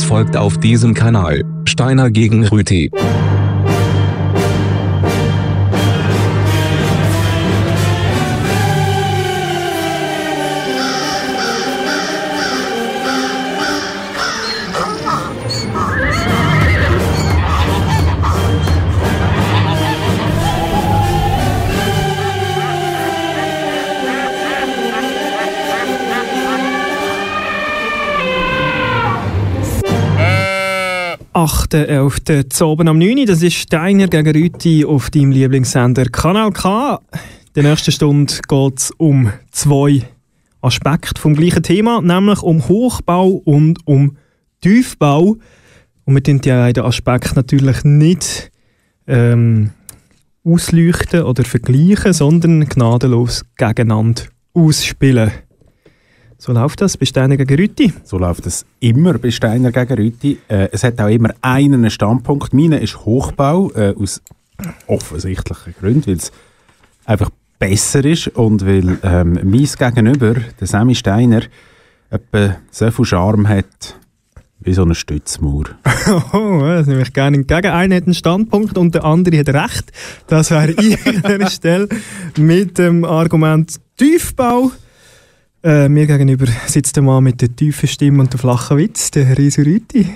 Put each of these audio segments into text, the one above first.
folgt auf diesem Kanal. Steiner gegen Rüti. Oben am 9. Das ist Steiner gegen Rüti auf deinem Lieblingssender Kanal K. In der nächsten Stunde geht es um 2 Aspekte vom gleichen Thema, nämlich um Hochbau und um Tiefbau. Und wir tun die beiden Aspekte natürlich nicht ausleuchten oder vergleichen, sondern gnadenlos gegeneinander ausspielen. So läuft das bei Steiner gegen Rüti? So läuft es immer bei Steiner gegen Rüti. Es hat auch immer einen Standpunkt. Meiner ist Hochbau, aus offensichtlichen Gründen, weil es einfach besser ist und weil mein Gegenüber, der Sammy Steiner, etwa so viel Charme hat wie so eine Stützmauer. Oh, das nehme ich gerne entgegen. Einer hat einen Standpunkt und der andere hat recht. Das wäre ich an dieser Stelle mit dem Argument Tiefbau. Mir gegenüber sitzt der Mann mit der tiefen Stimme und der flachen Witz, der Herr Risu Rüti.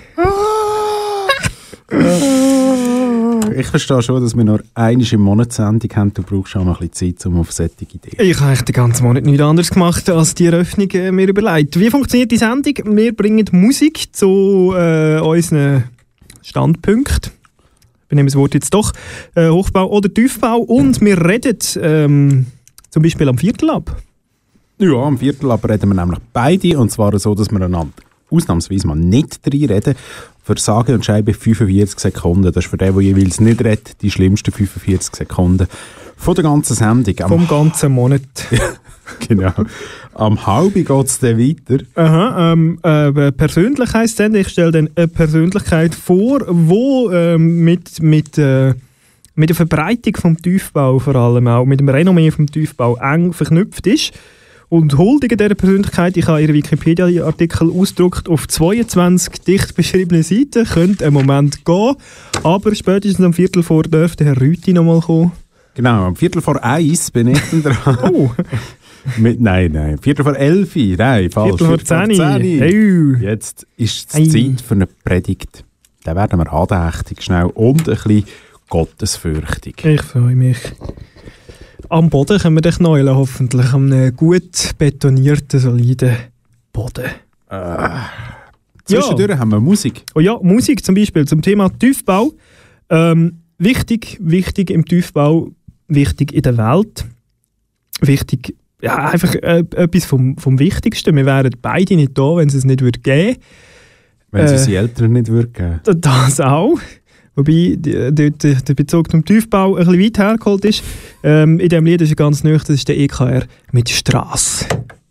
Ich verstehe schon, dass wir nur einmal im Monat Sendung haben. Du brauchst auch noch ein bisschen Zeit, um auf solche Ideen. Ich habe eigentlich den ganzen Monat nichts anderes gemacht, als die Eröffnung mir überlegt. Wie funktioniert die Sendung? Wir bringen Musik zu unseren Standpunkten. Wir nehmen das Wort jetzt doch. Hochbau oder Tiefbau. Und wir reden zum Beispiel am Viertel ab. Ja, am Viertel aber reden wir nämlich beide. Und zwar so, dass wir einander ausnahmsweise mal nicht reinreden. Für sage und schreibe 45 Sekunden. Das ist für den, der jeweils nicht redet, die schlimmsten 45 Sekunden von der ganzen Sendung. Vom ganzen Monat. Genau. Am halben geht es dann weiter. Aha, Persönlichkeitssendung. Ich stelle dann eine Persönlichkeit vor, die mit der Verbreitung vom Tiefbau vor allem auch, mit dem Renommee vom Tiefbau eng verknüpft ist. Und huldigen dieser Persönlichkeit, ich habe ihren Wikipedia-Artikel ausgedruckt auf 22 dicht beschriebene Seiten, könnte einen Moment gehen, aber spätestens am Viertel vor dürfte Herr Rüti noch mal kommen. Genau, am Viertel vor 1 bin ich dann dran. Oh! Nein, Viertel vor 11, nein, falsch. Viertel vor 10. Hey. Jetzt ist es Zeit für eine Predigt. Dann werden wir andächtig schnell und ein bisschen gottesfürchtig. Ich freue mich. Am Boden können wir dich knäulen, hoffentlich. An einem gut betonierten, soliden Boden. Zwischendurch haben wir Musik. Oh ja, Musik zum Beispiel zum Thema Tiefbau. Wichtig im Tiefbau, wichtig in der Welt. Wichtig, ja, einfach etwas vom Wichtigsten. Wir wären beide nicht da, wenn es nicht geben würde. Wenn es unsere Eltern nicht geben. Das auch. Wobei dort der Bezug zum Tiefbau ein bisschen weit hergeholt ist. In diesem Lied ist er ganz neu, das ist der EKR mit Strasse.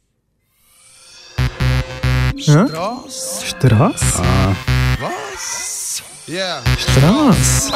Strasse? Ah. Was? Yeah. Strasse.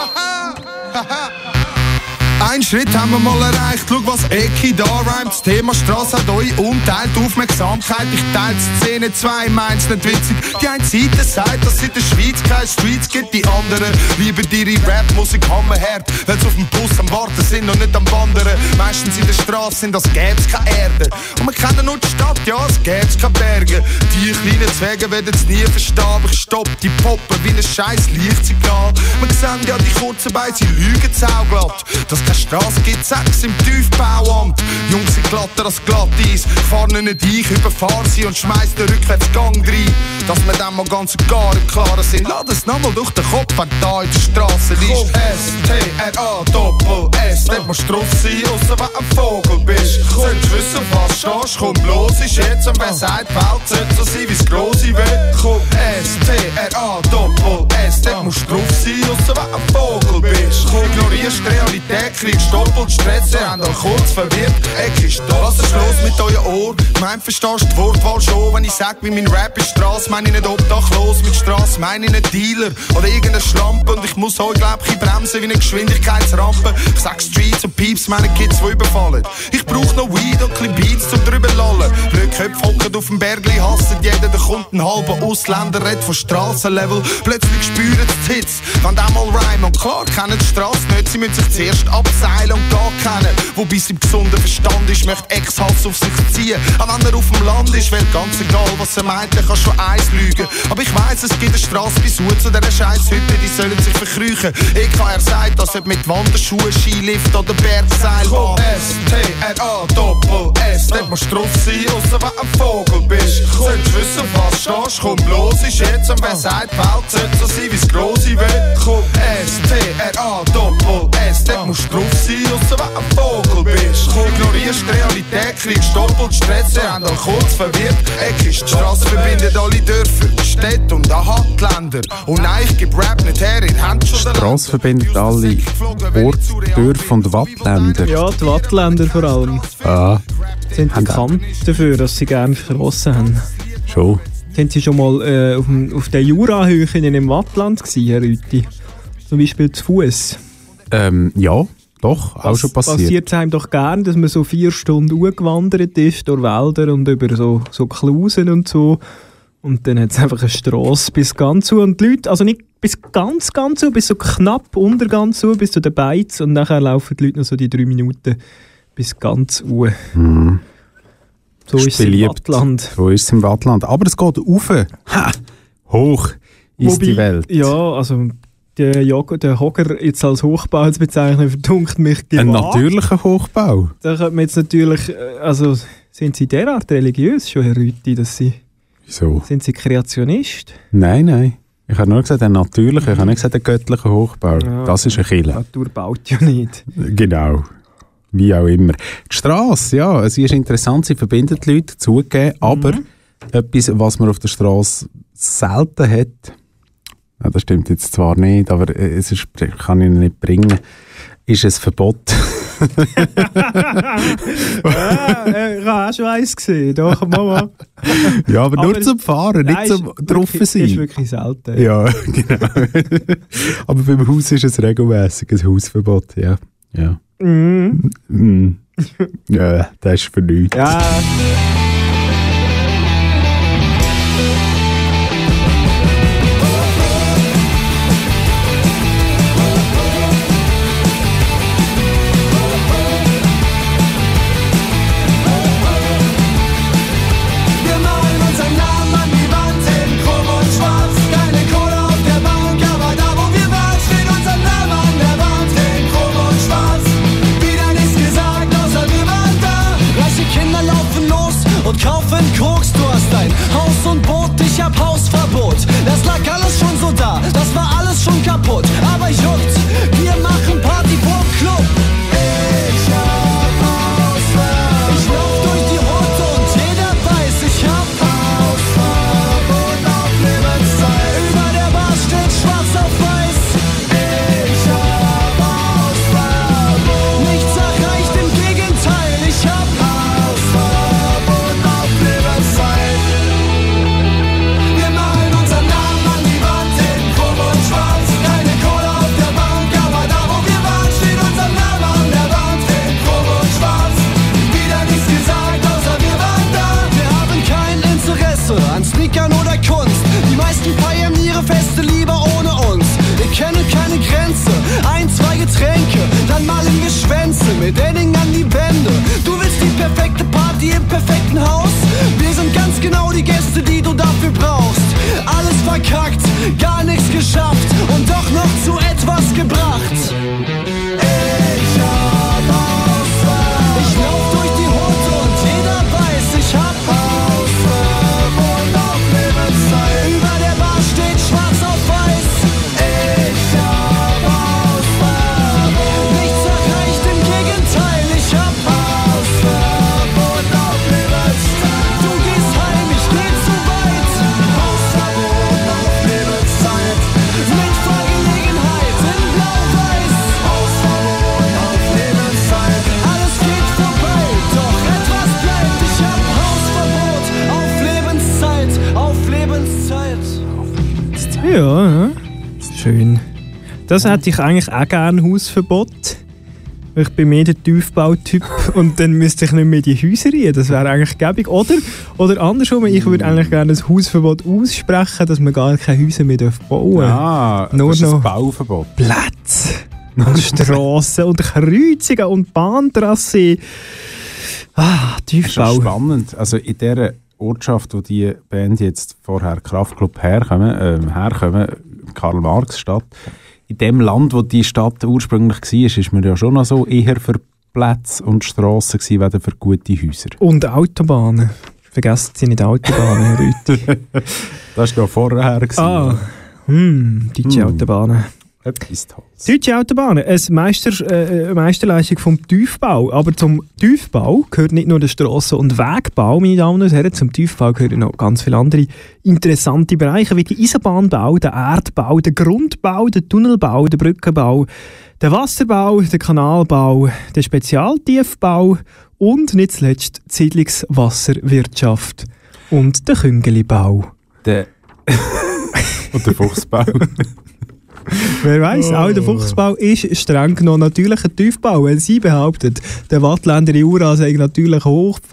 Ein Schritt haben wir mal erreicht, schau was Eki da reimt. Das Thema Strasse hat euch unteilt Aufmerksamkeit. Ich teile die Szene 2, meins nicht witzig. Die eine Seite sagt, dass es in der Schweiz keine Streets gibt. Die anderen lieben ihre Rap-Musik hammerhart, weil sie auf dem Bus am Warten sind und nicht am Wandern. Meistens in der Straße sind, als gäb's keine Erde. Und wir kennen nur die Stadt, ja, als gäb's keine Berge. Die kleinen Zwege werden es nie verstehen, aber ich stopp die Poppen wie ein scheiß Lichtsignal. Wir sehen ja die kurzen Beine, sie lügen sauglatt. Dass keine Straße gibt, sag's im Tiefbauamt. Jungs sind glatter als Glatteis, fahren nicht ich, überfahr sie und schmeiß den Rückwärtsgang rein. Dass wir dann mal ganz und gar im Klaren sind, lass es nochmal durch den Kopf, wenn da in der Straße liest. S-T-R-A-Doppel-S, nicht mal drauf sein, ausser wenn ein Vogel bist. Sollst wissen, was stehst, komm los, ist jetzt. Und wer sagt, die Welt sollte so sein, wie's Grosse will. Komm, S-T-R-A-Doppel-S, nicht mal drauf sein, ausser wenn ein Vogel bist. Ignorierst die Realität, kriegst doppelt Stress, ihr habt euch kurz verwirrt. Eck ist da, was ist los mit euren Ohren? Mein verstehst die Wortwahl schon, wenn ich sag, wie mein Rap ist Strasse, meine ich nicht obdachlos, mit Strasse meine ich nicht Dealer oder irgendeine Schlampe. Und ich muss heute glaub ich bremsen wie eine Geschwindigkeitsrampe. Ich sag Streets und Pieps, meine Kids, die überfallen. Ich brauch noch Weed und klein Beats zum drüber lallen. Blöd Köpfe hocken wohnen auf dem Bergli, hassen jeden, da kommt ein halber Ausländer, redet von Strassenlevel. Plötzlich spüren die Hits, wenn der mal rhyme. Und klar kennen die Strasse nicht, sie müssen sich zuerst abseilen und da kennen. Wobei sie im gesunden Verstand ist, möchte Ex-Hass auf sich ziehen. Auch wenn er auf dem Land ist, weil ganz egal, was er meint, er kann schon eins lügen. Aber ich weiss, es gibt eine Strasse bis zu dieser Scheisshütte, die sollen sich verkrüchen. EKR sagt, dass ob mit Wanderschuhen, Skilift oder Bergseilbahn. S-T-R-A-Doppel-S, nicht musst drauf sein, ausser wenn ein Vogel bist. Sollst wissen, was stehst, komm los, ist jetzt. Und wer sagt, die Welt sollte so sein, wie's Grosse will. Komm, S-T-R-A-Doppel-S, nicht musst drauf sein, ausser wenn ein Vogel bist. Ignorierst die Realität, kriegst doppelt Stress, wir haben alle kurz verwirrt. Eck ist die Strasse, verbindet alle Dörfer, Städte und auch die Länder. Und nein, ich geb Rap nicht her, in Hand schon der Strasse verbindet alle Orte, Dörfer und Wattländer. Ja, die Wattländer vor allem. Ah, Sind bekannt dafür, dass sie gerne Strassen haben. schon. Sind Sie schon mal auf den Jurahöhen im Wattland gewesen, Herr Rüthi? Zum Beispiel zu Fuß. Ja, doch, auch schon passiert. Passiert es einem doch gern, dass man so 4 Stunden gewandert ist durch Wälder und über so Klausen und so. Und dann hat es einfach eine Strasse bis ganz zu. Und die Leute, also nicht bis ganz zu, bis so knapp unter ganz zu, bis zu den Beiz. Und nachher laufen die Leute noch so die 3 Minuten bis ganz zu. Mhm. So ist es im Wattland. So ist es im Wattland. Aber es geht rauf. Ha! Hoch ist die Welt. Ja, also der Hogger jetzt als Hochbau zu bezeichnen, verdunkt mich gewagt. Ein natürlicher Hochbau. Da könnte man jetzt natürlich, also sind Sie derart religiös schon, Herr Rüthi, dass Sie... Wieso? Sind Sie Kreationist? Nein. Ich habe nur gesagt, ein natürlicher, ich habe nicht gesagt, ein göttlicher Hochbau. Ja, das ist ein Killer. Die Natur baut ja nicht. Genau. Wie auch immer. Die Strasse, ja, sie ist interessant, sie verbindet die Leute, zugegeben, aber etwas, was man auf der Strasse selten hat, ja, das stimmt jetzt zwar nicht, aber es ist, kann ich nicht bringen, ist ein Verbot. Ich habe auch schon eins gesehen, doch, Mama. Ja, aber nur zum Fahren, Nein, nicht zum drauf sein. Das ist wirklich selten. Ja, genau. Aber beim Haus ist es regelmässig ein Hausverbot, ja. Ja. Ja, das ist für nichts. Ja. Und kaufen Koks, du hast ein Haus und Boot, ich hab Hausverbot. Das lag alles schon so da, das war alles schon kaputt. Aber juckt, wir machen Party vorm Club. Ich hab Hausverbot. Ich lauf durch die Hut und jeder weiß, ich hab Hausverbot auf Lebenszeit. Über der Bar steht schwarz auf weiß. Ich hab Hausverbot. Nichts erreicht, im Gegenteil, ich hab Hausverbot. Wir malen unseren Namen an die Wand in Chrom und Schwarz. Keine Kohle auf der Bank, aber da wo wir waren, steht unser Name an der Wand in Chrom und Schwarz. Wieder nichts gesagt, außer wir waren da. Wir haben kein Interesse an Sneakern oder Kunst. Die meisten feiern ihre Feste lieber ohne uns. Wir kennen keine Grenze, 1, 2 Getränke, dann malen wir Schwänze mit Edding an die Wände. Du willst die perfekte Party im perfekten Haus? Wir sind ganz genau die Gäste, die du dafür brauchst. Alles verkackt, gar nichts geschafft und doch noch zu etwas gebracht. Ich hab Hausverbot. Ich lauf durch die Hut und jeder weiß, ich hab Hausverbot auf Lebenszeit. Über der Bar steht schwarz auf weiß. Ich hab Hausverbot. Nichts erreicht, im Gegenteil, ich hab Hausverbot auf Lebenszeit. Du gehst heim, ich geh zu weit. Hausverbot auf Lebenszeit. Mit Fahrgelegenheit in blau-weiß. Hausverbot auf Lebenszeit. Alles geht vorbei, doch etwas bleibt. Ich hab Hausverbot auf Lebenszeit. Auf Lebenszeit. Ja, schön. Das hätte ich eigentlich auch gerne, Hausverbot. Ich bin mehr der Tiefbautyp und dann müsste ich nicht mehr in die Häuser rein. Das wäre eigentlich gäbig. Oder andersrum, ich würde eigentlich gerne ein Hausverbot aussprechen, dass man gar keine Häuser mehr bauen darf. Ah, Nur das ist noch ein Bauverbot. Plätze und Strassen und Kreuzungen und Bahntrasse. Ah, Das ist schon Tiefbau. spannend. Also in dieser Ortschaft, wo die Band jetzt vorher Kraftclub herkommen, Karl-Marx-Stadt, in dem Land, wo die Stadt ursprünglich war, ist man ja schon noch so eher für Plätze und Strassen gewesen, als für gute Häuser. Und Autobahnen. Vergessen Sie nicht Autobahnen, Herr Rüthi. Das war ja vorher. Ah, deutsche Autobahnen. Etwas Tolles. Deutsche Autobahnen, eine Meisterleistung vom Tiefbau. Aber zum Tiefbau gehört nicht nur der Strassen- und Wegbau, meine Damen und Herren. Zum Tiefbau gehören noch ganz viele andere interessante Bereiche, wie der Eisenbahnbau, der Erdbau, der Grundbau, der Tunnelbau, der Brückenbau, der Wasserbau, der Kanalbau, der Spezialtiefbau und nicht zuletzt die Siedlungswasserwirtschaft und der Küngelibau. Und der Fuchsbau. Wer weiss, auch der Fuchsbau ist streng genommen natürlich ein Tiefbau, weil sie behauptet, der Wattländer Jura sei natürlich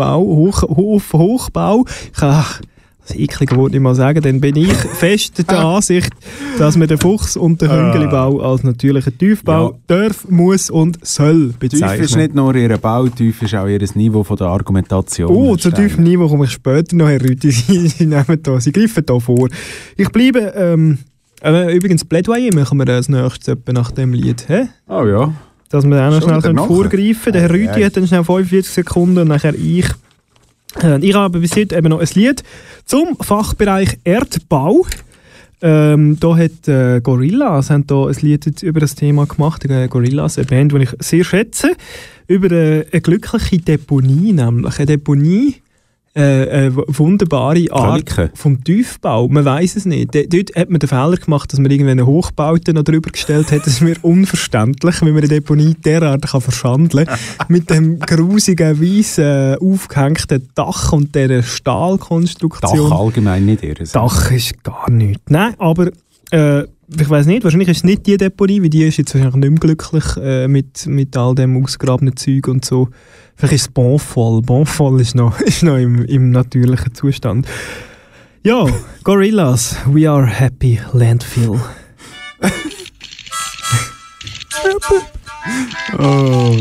Hochbau. Ich kann das eklige Wort nicht mal sagen, dann bin ich fest der Ansicht, dass man den Fuchs- und den Hüngelibau als natürlichen Tiefbau darf, muss und soll bezeichnen. Tief ist nicht nur ihr Bau, tief ist auch ihr Niveau von der Argumentation. Oh, zu tiefem Niveau komme ich später noch, Herr Rüthi. Sie greifen da vor. Ich bleibe... übrigens, Plädoyer machen wir als nächstes etwa nach dem Lied. He? Oh ja. Dass wir auch noch Schon schnell wieder vorgreifen können. Der Herr Rüthi hat dann schnell 45 Sekunden und nachher ich. Ich habe bis heute eben noch ein Lied zum Fachbereich Erdbau. Da hat Gorillaz haben da ein Lied über das Thema gemacht. Gorillaz, eine Band, die ich sehr schätze. Über eine glückliche Deponie, nämlich eine Deponie. Eine wunderbare Art Kölike. vom Tiefbau. Man weiss es nicht. Dort hat man den Fehler gemacht, dass man irgendeine Hochbauten noch drüber gestellt hat. Das ist mir unverständlich, wie man eine Deponie derart kann verschandeln kann. Mit dem grusigen, weissen, aufgehängten Dach und dieser Stahlkonstruktion. Dach allgemein nicht ihr. Dach ist gar nichts. Nein, aber ich weiss nicht, wahrscheinlich ist es nicht die Deponie, weil die ist jetzt wahrscheinlich nicht mehr glücklich mit all dem ausgegrabenen Zeug und so. Vielleicht ist es Bonfol. Bonfol ist noch im natürlichen Zustand. Ja, Gorillaz, we are happy landfill. Oh.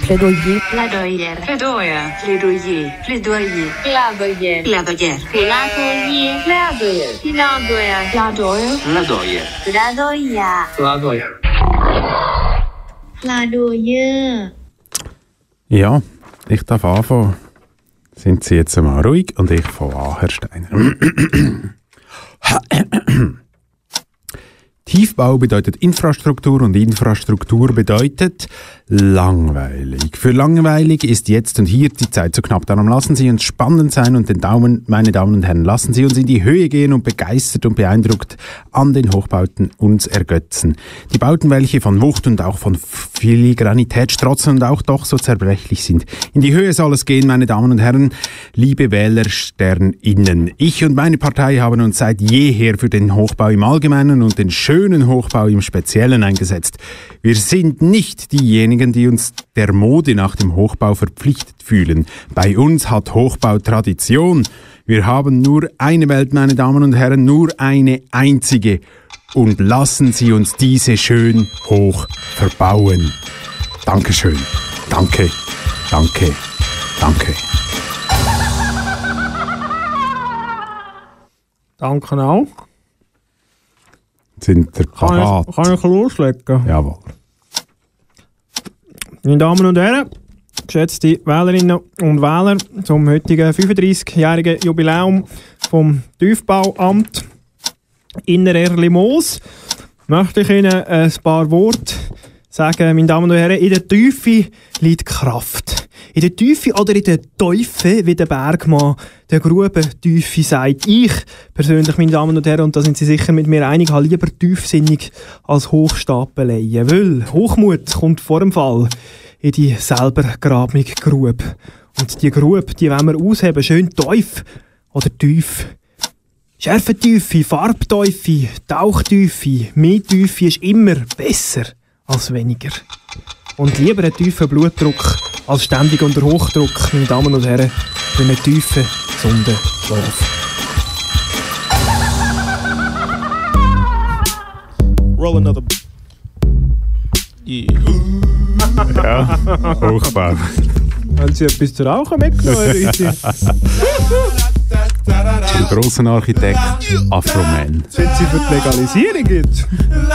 Plädoyer. Plädoyer. Plädoyer. Plädoyer. Plädoyer. Plädoyer. Plädoyer. Plädoyer. Plädoyer. Plädoyer. Plädoyer. Plädoyer. Plädoyer. Plädoyer. Ja, ich darf anfangen. Sind Sie jetzt mal ruhig und ich fange an, Herr Steiner. Tiefbau bedeutet Infrastruktur und Infrastruktur bedeutet langweilig. Für langweilig ist jetzt und hier die Zeit zu knapp. Darum lassen Sie uns spannend sein und den Daumen, meine Damen und Herren, lassen Sie uns in die Höhe gehen und begeistert und beeindruckt an den Hochbauten uns ergötzen. Die Bauten, welche von Wucht und auch von Filigranität strotzen und auch doch so zerbrechlich sind. In die Höhe soll es gehen, meine Damen und Herren, liebe WählersternInnen. Ich und meine Partei haben uns seit jeher für den Hochbau im Allgemeinen und den schönen Hochbau im Speziellen eingesetzt. Wir sind nicht diejenigen, die uns der Mode nach dem Hochbau verpflichtet fühlen. Bei uns hat Hochbau Tradition. Wir haben nur eine Welt, meine Damen und Herren, nur eine einzige. Und lassen Sie uns diese schön hoch verbauen. Dankeschön. Danke. Danke. Danke. Danke auch. Sind ihr parat? Kann ich loslegen? Jawohl. Meine Damen und Herren, geschätzte Wählerinnen und Wähler, zum heutigen 35-jährigen Jubiläum vom Tiefbauamt Innererli-Moos möchte ich Ihnen ein paar Worte sagen. Meine Damen und Herren, in der Tiefe liegt Kraft. In der Tiefe oder in der Teufel, wie der Bergmann der Grubentiefe sagt. Ich persönlich, meine Damen und Herren, und da sind Sie sicher mit mir einig, habe lieber tiefsinnig als Hochstapeleien. Weil Hochmut kommt vor dem Fall in die selber grabige Grube. Und die Grube, die wollen wir ausheben, schön tief oder tief. Schärfentiefe, Farbtiefe, Tauchtiefe, mehr Tiefe ist immer besser als weniger. Und lieber einen tiefen Blutdruck als ständig unter Hochdruck, meine Damen und Herren, für einen tiefen, gesunden Schlaf. Roll another. Yeah. Ja, Hochbau. Haben Sie etwas zu rauchen mitgenommen, Leute? Ein grosser Architekt, Afro-Man. Sind Sie für die Legalisierung jetzt?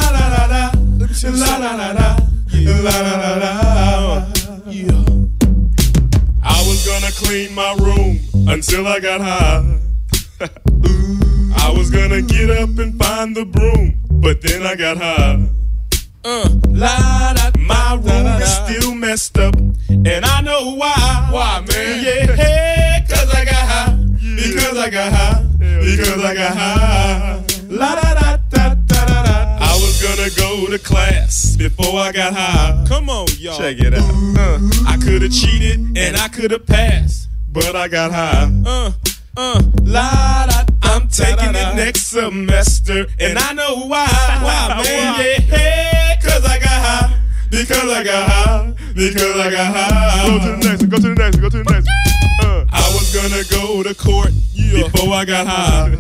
I was gonna clean my room until I got high. I was gonna get up and find the broom, but then I got high. My room is still messed up, and I know why. Why, man? Yeah, cause I got high. Because I got high. Because I got high. La da da da da da da. I was gonna go to class before I got high. Come on, y'all. Check it out. I could've cheated and I could've passed, but I got high. La da. I'm taking it next semester, and I know why. Why, man? Yeah, cause I got high. Because I got high. Because I got high. Go to the next one. Go to the next one. Go to the next one. I was gonna go to court before I got high.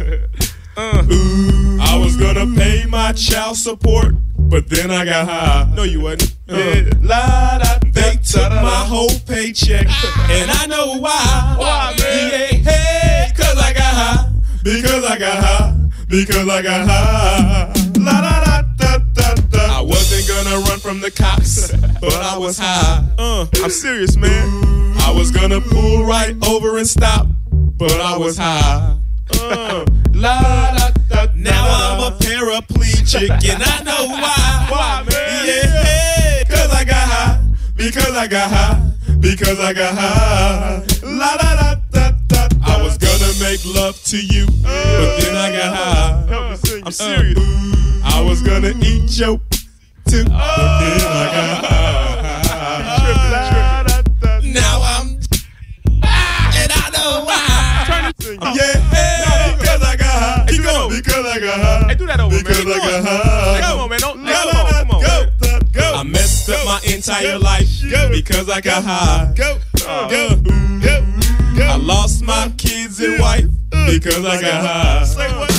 I was gonna pay my child support, but then I got high. No, you wasn't. They took my whole paycheck, and I know why. Why, man? Yeah, cause I got high. Because I got high. Because I got high. La da da da da da. I wasn't gonna run from the cops, but I was high. I'm serious, man. I was gonna pull right over and stop, but I was high. La da da. Now I'm a paraplegic, and I know why. Why, man? Yeah, cause I got high. Because I got high. Because I got high. La da da da da. I was gonna make love to you, but then I got high. I'm serious. I was gonna eat your too, but then I got high. Now I'm, and I know why. Yeah, because I got high. Keep going. Because I got high. Hey, do that over, because man. Because I got high. Come on, man. Come on. Go. I messed up my entire life because I got high. Go. I lost my kids and wife because I got high. Say what?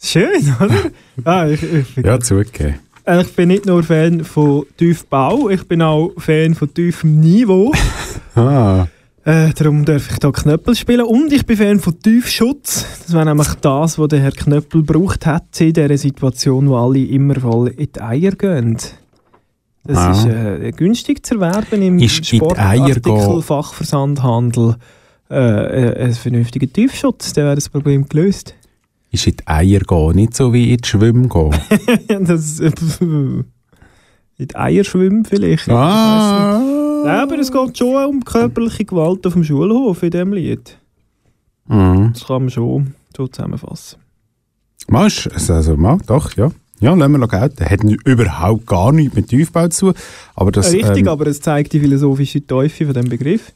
Schön, oder? Ja, zugegeben. Ich bin nicht nur Fan von Tiefbau, ich bin auch Fan von tiefem Niveau. Darum darf ich hier Knöppel spielen. Und ich bin Fan von Tiefschutz. Das wäre nämlich das, was der Herr Knöppel gebraucht hat in dieser Situation, wo alle immer voll in die Eier gehen. Das ist günstig zu erwerben im Sportartikel-Fachversandhandel. Ein vernünftiger Tiefschutz, dann wäre das Problem gelöst. Ist in die Eier gehen, nicht so wie in die Schwimmen gehen? In die Eier schwimmen vielleicht. Ja, aber es geht schon um körperliche Gewalt auf dem Schulhof in diesem Lied. Das kann man schon so zusammenfassen. Doch, ja. Ja, lassen wir noch gelten. Hat überhaupt gar nichts mit Tiefbau zu tun. Aber das, richtig, aber es zeigt die philosophische Teufel von diesem Begriff.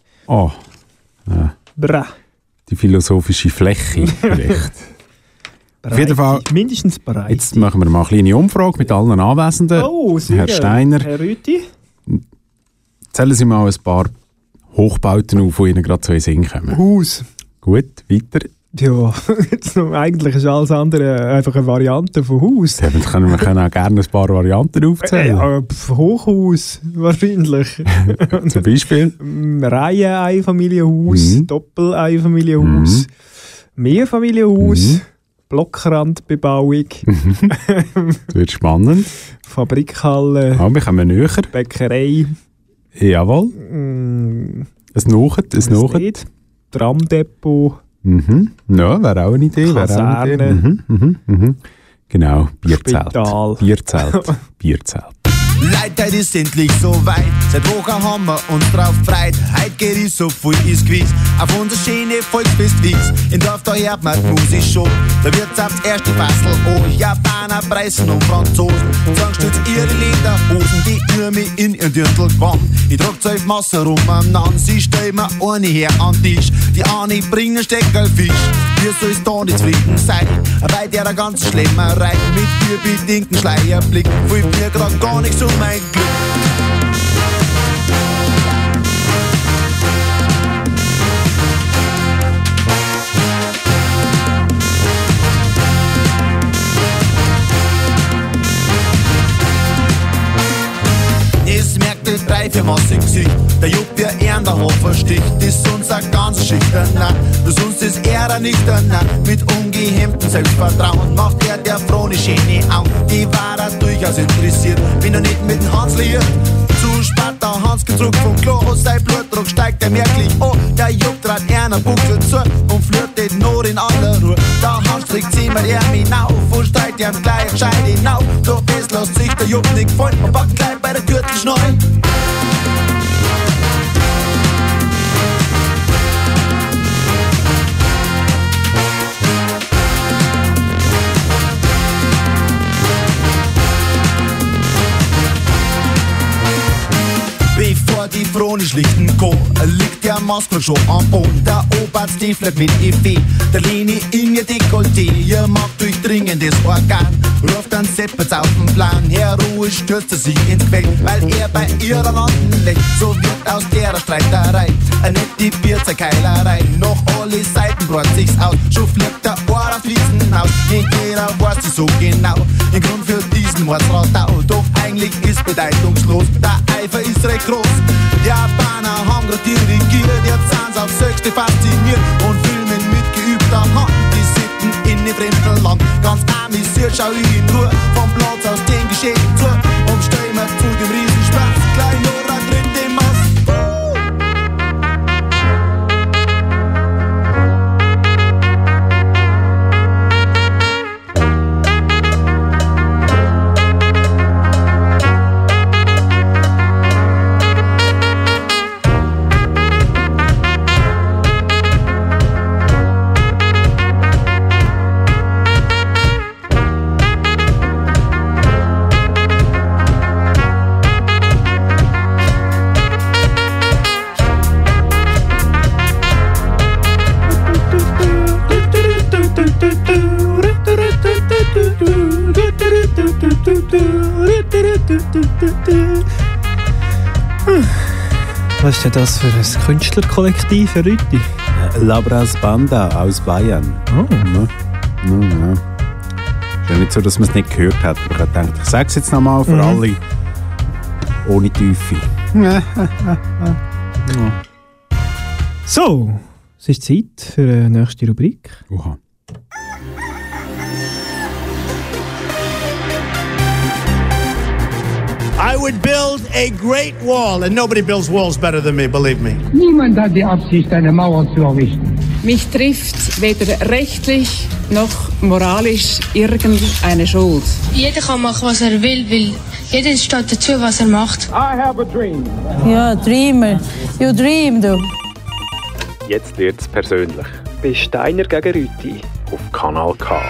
Die philosophische Fläche vielleicht. Auf jeden Fall, mindestens bereit. Jetzt machen wir mal eine kleine Umfrage mit allen Anwesenden. Oh, sehr Herr Steiner. Herr Rüthi. Zählen Sie mal ein paar Hochbauten auf, die Ihnen gerade so in den Sinn kommen. Haus. Gut, weiter. Ja, eigentlich ist alles andere einfach eine Variante von Haus. Ja, wir können auch gerne ein paar Varianten aufzählen. Hochhaus, wahrscheinlich. Zum Beispiel? Reihe-Einfamilienhaus, Doppel-Einfamilienhaus, Mehrfamilienhaus, Blockrandbebauung. Das wird spannend. Fabrikhalle. Wir kommen näher. Bäckerei. Jawohl. Ein Nachet. Tramdepot. Ja, wäre auch eine Idee. Kaserne. Genau, Bierzelt. Spital. Bierzelt. Leute, heute ist endlich so weit. Seit Wochen haben wir uns drauf freit. Heute geht es so viel ist gewiss. Auf unser schöne Volksfest Wies. In Dorf, da hört man die Musik schon. Da wird's aufs erste Fassel. Oh, Japaner, Preisen und Franzosen. Sagen stützt ihre Lederhosen, die ihr mich in ihr Dirndl gewandt. Ich trag 12 Masse rumeinander. Sie stellen mir eine her an den Tisch. Die eine bringen Steckerlfisch. Wie soll's da nicht zufrieden sein? Bei der ganzen Schlemmerei. Mit ihr bedingten Schleierblick. Fühlt mir grad gar nichts um mein Glück. Es merkte 3-4 Masse Gesicht. Der Jupp, der Ehren der Hofer sticht. Ist unser ganz schüchterner. Das uns ist er nicht danach. Mit ungehemmtem Selbstvertrauen macht er der Frone schöne Augen. Die war da durchaus interessiert. Bin er nicht mit dem Hans liiert. Zu spät der Hans gezurrt vom Klo. Sein Blutdruck steigt er merklich. Oh, der Jupp trat einer Buckel zu und flirtet nur in aller Ruhe. Der Hans trägt zehnmal er mich auf und steigt ihm gleich gescheit hinauf. Doch das lässt sich der Jupp nicht gefallen und packt gleich bei der Gürtelschneu. Bevor die Frone schlichten kann, liegt der Maskel schon am Boden. Der Oberst stiefelt mit Effet, der Leni in ihr Dekolleté. Ihr mag durchdringendes Organ, ruft dann Seppers auf den Plan. Heroisch stürzt er sich ins Quell, weil er bei ihrer Landen leckt. So wird aus der Streiterei eine nette Bierzerkeilerei. Noch alle Seiten bräut sich's aus, schon fliegt der Ohr auf Wiesenhaus. Nicht jeder weiß es so genau, den Grund für diesen Mordsradau. Doch eigentlich ist bedeutungslos, der Eifer ist recht groß. Die Japaner haben grad dirigiert, jetzt sind's aufs Höchste fasziniert und filmen mit geübter Hand die Sitten in dem fremden Land. Ganz amüsiert schau ich in Ruhe vom Platz aus dem Geschehen zu und stell mir zu dem Riesenspaß gleich nur ein dritte Maß. Was ist denn das für ein Künstlerkollektiv, Herr Rüthi? Labras Banda aus Bayern. Oh. Ja. Ist ja nicht so, dass man es nicht gehört hat, aber ich habe gedacht, ich sage es jetzt nochmal für alle ohne Tiefe. So, es ist Zeit für eine nächste Rubrik. Oha. I would build a great wall, and nobody builds walls better than me, believe me. Niemand hat die Absicht, eine Mauer zu errichten. Mich trifft weder rechtlich noch moralisch irgendeine Schuld. Jeder kann machen, was er will, weil jeder steht dazu, was er macht. I have a dream. Ja, Dreamer. You dream, du. Jetzt wird's persönlich. Bei Steiner gegen Rüti auf Kanal K.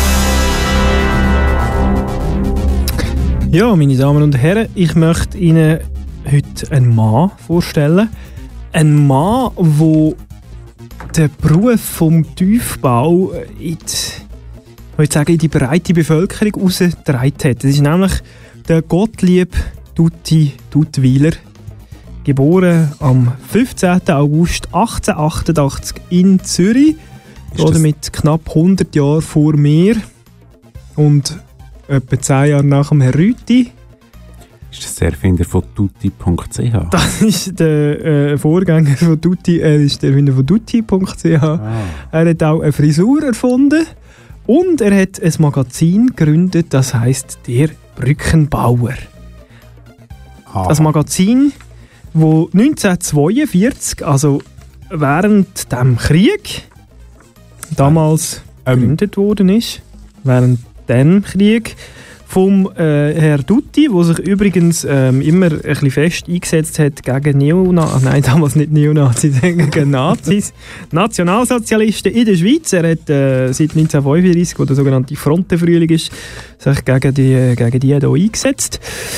Ja, meine Damen und Herren, ich möchte Ihnen heute einen Mann vorstellen. Ein Mann, der den Beruf vom Tiefbau in die breite Bevölkerung herausgetragen hat. Das ist nämlich der Gottlieb Duttweiler, geboren am 15. August 1888 in Zürich, oder mit knapp 100 Jahren vor mir und etwa 10 Jahre nach dem Herr Rüti. Ist das der Erfinder von tutti.ch? Das ist der Vorgänger von Tutti, er ist der Erfinder von tutti.ch. Er hat auch eine Frisur erfunden und er hat ein Magazin gegründet, das heisst «Der Brückenbauer». Das Magazin, das 1942, also während dem Krieg, damals gegründet worden ist, während dem Krieg, vom Herr Dutti, der sich übrigens immer ein bisschen fest eingesetzt hat gegen damals nicht Neonazis, gegen Nazis, Nationalsozialisten in der Schweiz. Er hat seit 1935, wo der sogenannte Frontenfrühling ist, sich gegen die hier eingesetzt.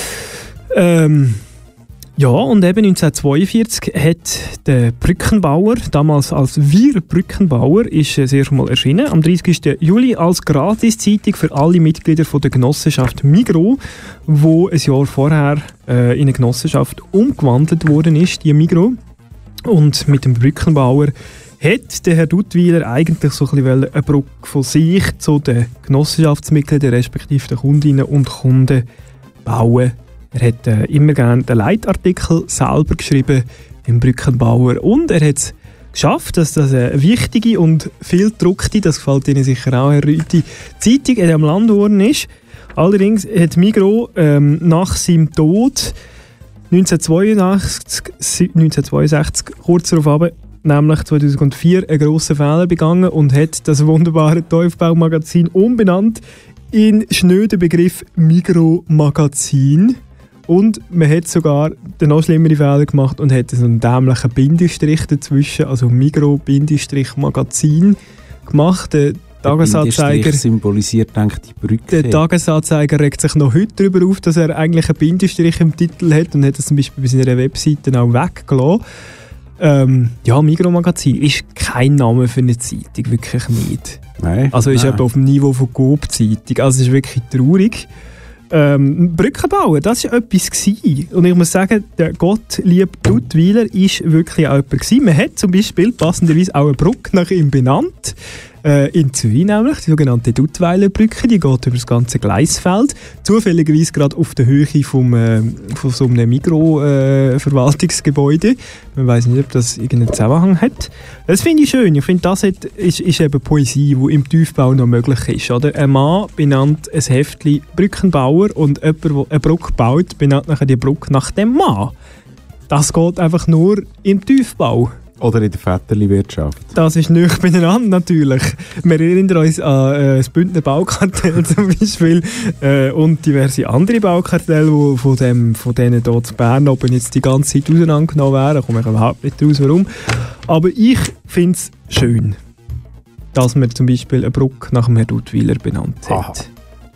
Ja, und eben 1942 hat der Brückenbauer, damals als Wir Brückenbauer, ist das erste Mal erschienen, am 30. Juli als Gratiszeitung für alle Mitglieder von der Genossenschaft Migros, wo ein Jahr vorher in eine Genossenschaft umgewandelt worden ist, die Migros. Und mit dem Brückenbauer hat der Herr Duttweiler eigentlich so ein bisschen eine Brücke von sich zu den Genossenschaftsmitgliedern, respektive den Kundinnen und Kunden bauen. Er hat immer gerne den Leitartikel selber geschrieben, im Brückenbauer. Und er hat es geschafft, dass das eine wichtige und viel gedruckte, das gefällt Ihnen sicher auch, Herr Rüti, Zeitung in diesem Land geworden ist. Allerdings hat Migros nach seinem Tod 1962 kurz darauf nämlich 2004 einen grossen Fehler begangen und hat das wunderbare Tiefbaumagazin umbenannt in schnöden Begriff Migros-Magazin. Und man hat sogar den noch schlimmeren Fehler gemacht und hat so einen dämlichen Bindestrich dazwischen, also Migros-Magazin gemacht. Der Tagesanzeiger symbolisiert, denke ich, die Brücke. Der Tagesanzeiger regt sich noch heute darüber auf, dass er eigentlich einen Bindestrich im Titel hat und hat das zum Beispiel bei seiner Webseite auch weggelassen. Ja, Migros-Magazin ist kein Name für eine Zeitung, wirklich nicht. Nein. Also ist etwa auf dem Niveau von Coop-Zeitung. Also es ist wirklich traurig. Brückenbauer, das war etwas gewesen. Und ich muss sagen, der Gottlieb Duttweiler war wirklich auch jemand gewesen. Man hat zum Beispiel passenderweise auch eine Brücke nach ihm benannt. In Zürich nämlich, die sogenannte Duttweiler Brücke, die geht über das ganze Gleisfeld. Zufälligerweise gerade auf der Höhe von so einem Migros-Verwaltungsgebäude. Man weiss nicht, ob das irgendeinen Zusammenhang hat. Das finde ich schön. Ich finde, das ist eben Poesie, die im Tiefbau noch möglich ist. Oder? Ein Mann benannt ein Heftchen Brückenbauer und jemand, der eine Brücke baut, benannt nachher die Brücke nach dem Mann. Das geht einfach nur im Tiefbau. Oder in der Vetterli-Wirtschaft. Das ist nicht beieinander natürlich. Wir erinnern uns an das Bündner Baukartell zum Beispiel und diverse andere Baukartelle, die von denen hier zu Bern oben jetzt die ganze Zeit auseinandergenommen werden. Da komme ich überhaupt nicht raus, warum. Aber ich finde es schön, dass man zum Beispiel eine Brücke nach dem Herrn Duttweiler benannt hat.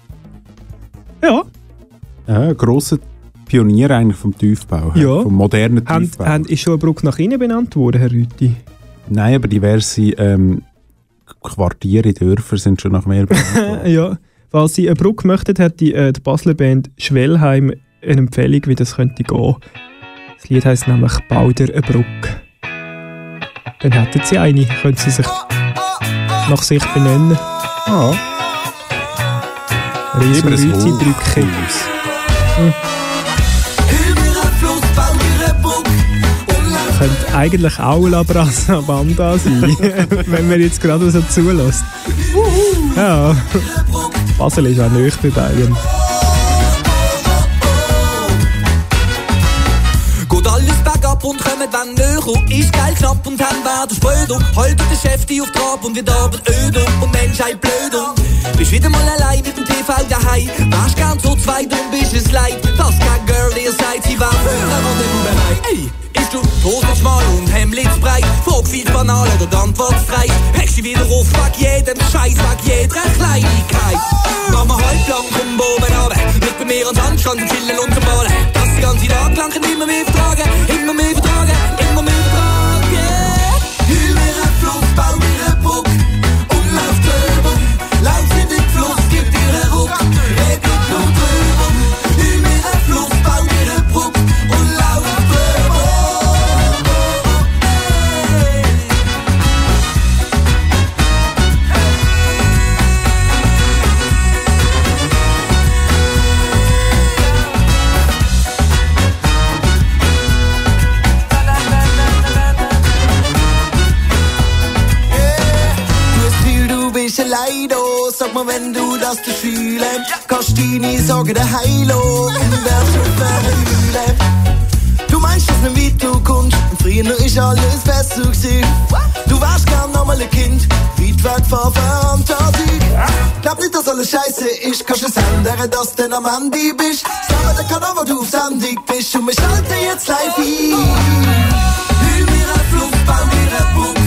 Aha. Ja, grosser Pionier eigentlich vom Tiefbau, ja. Vom modernen Tiefbau. Ist schon eine Brücke nach innen benannt worden, Herr Rüti? Nein, aber diverse Quartiere, Dörfer sind schon nach mehr benannt. Ja, falls Sie eine Brücke möchten, hat die Basler Band Schwellheim eine Empfehlung, wie das könnte gehen. Das Lied heisst nämlich «Bau dir eine Brücke». Dann hätten Sie eine, können Sie sich nach sich benennen. Ja. Riesenbrützi-Brücke. Könnte eigentlich auch La Brassa Banda sein, wenn man jetzt gerade so zulässt. Ja, Basel ist auch nahe bei Bayern. Geht alles bergab und kommen dann näher. Ist geil knapp und haben werden spröder. Heute der Chef die auf Trab und wird aber öder. Und Menschheit blöder. Bist wieder mal allein mit dem TV daheim. Wärst gern so zweit und bist es leid. Das kein Girl, ihr seid, sie war früher an dem bereit. Ey, ist du Hose schmal und Hemd breit? Frag viel banal oder die Antwort frei. Heckst du wieder auf, fuck jedem Scheiß, fuck jeder Kleinigkeit. Mama heute lang vom Boden runter. Mit bei mir ans Handstand und chillen und zum Ballen. Das die ganze Tag lang kann immer mehr vertragen. Immer mehr vertragen, immer mehr vertragen. Hüll mir ein Fluss, bau mir ein Brücke und lauf drüber. Lauf in den Fluss, gib dir einen Ruck. Red mit nur drüber. Hüll mir ein Fluss, bau mir ein Brücke und lauf drüber. Leido, sag mal, wenn du das fühlst, kannst du nie sagen, der Heilo, und wärst du verhüllen. Du meinst, dass nicht weit du kommst, und früher ist alles besser gewesen. Du wärst gern nochmal ein Kind, weit weg von Fantasie. Glaub nicht, dass alles scheiße ist, kannst du es ändern, dass du am Handy bist. Sag mir, kann aber du auf Sendung bist, und wir schalten jetzt live ein. Hüll mir ein Fluss, bau mir ein Brücke.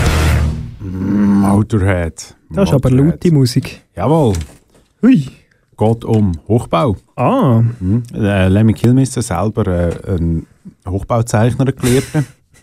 Motorhead. Das ist aber laute Musik. Jawohl. Hui. geht um Hochbau. Ah. Lemmy Kilmister selber ein Hochbauzeichner gelernt.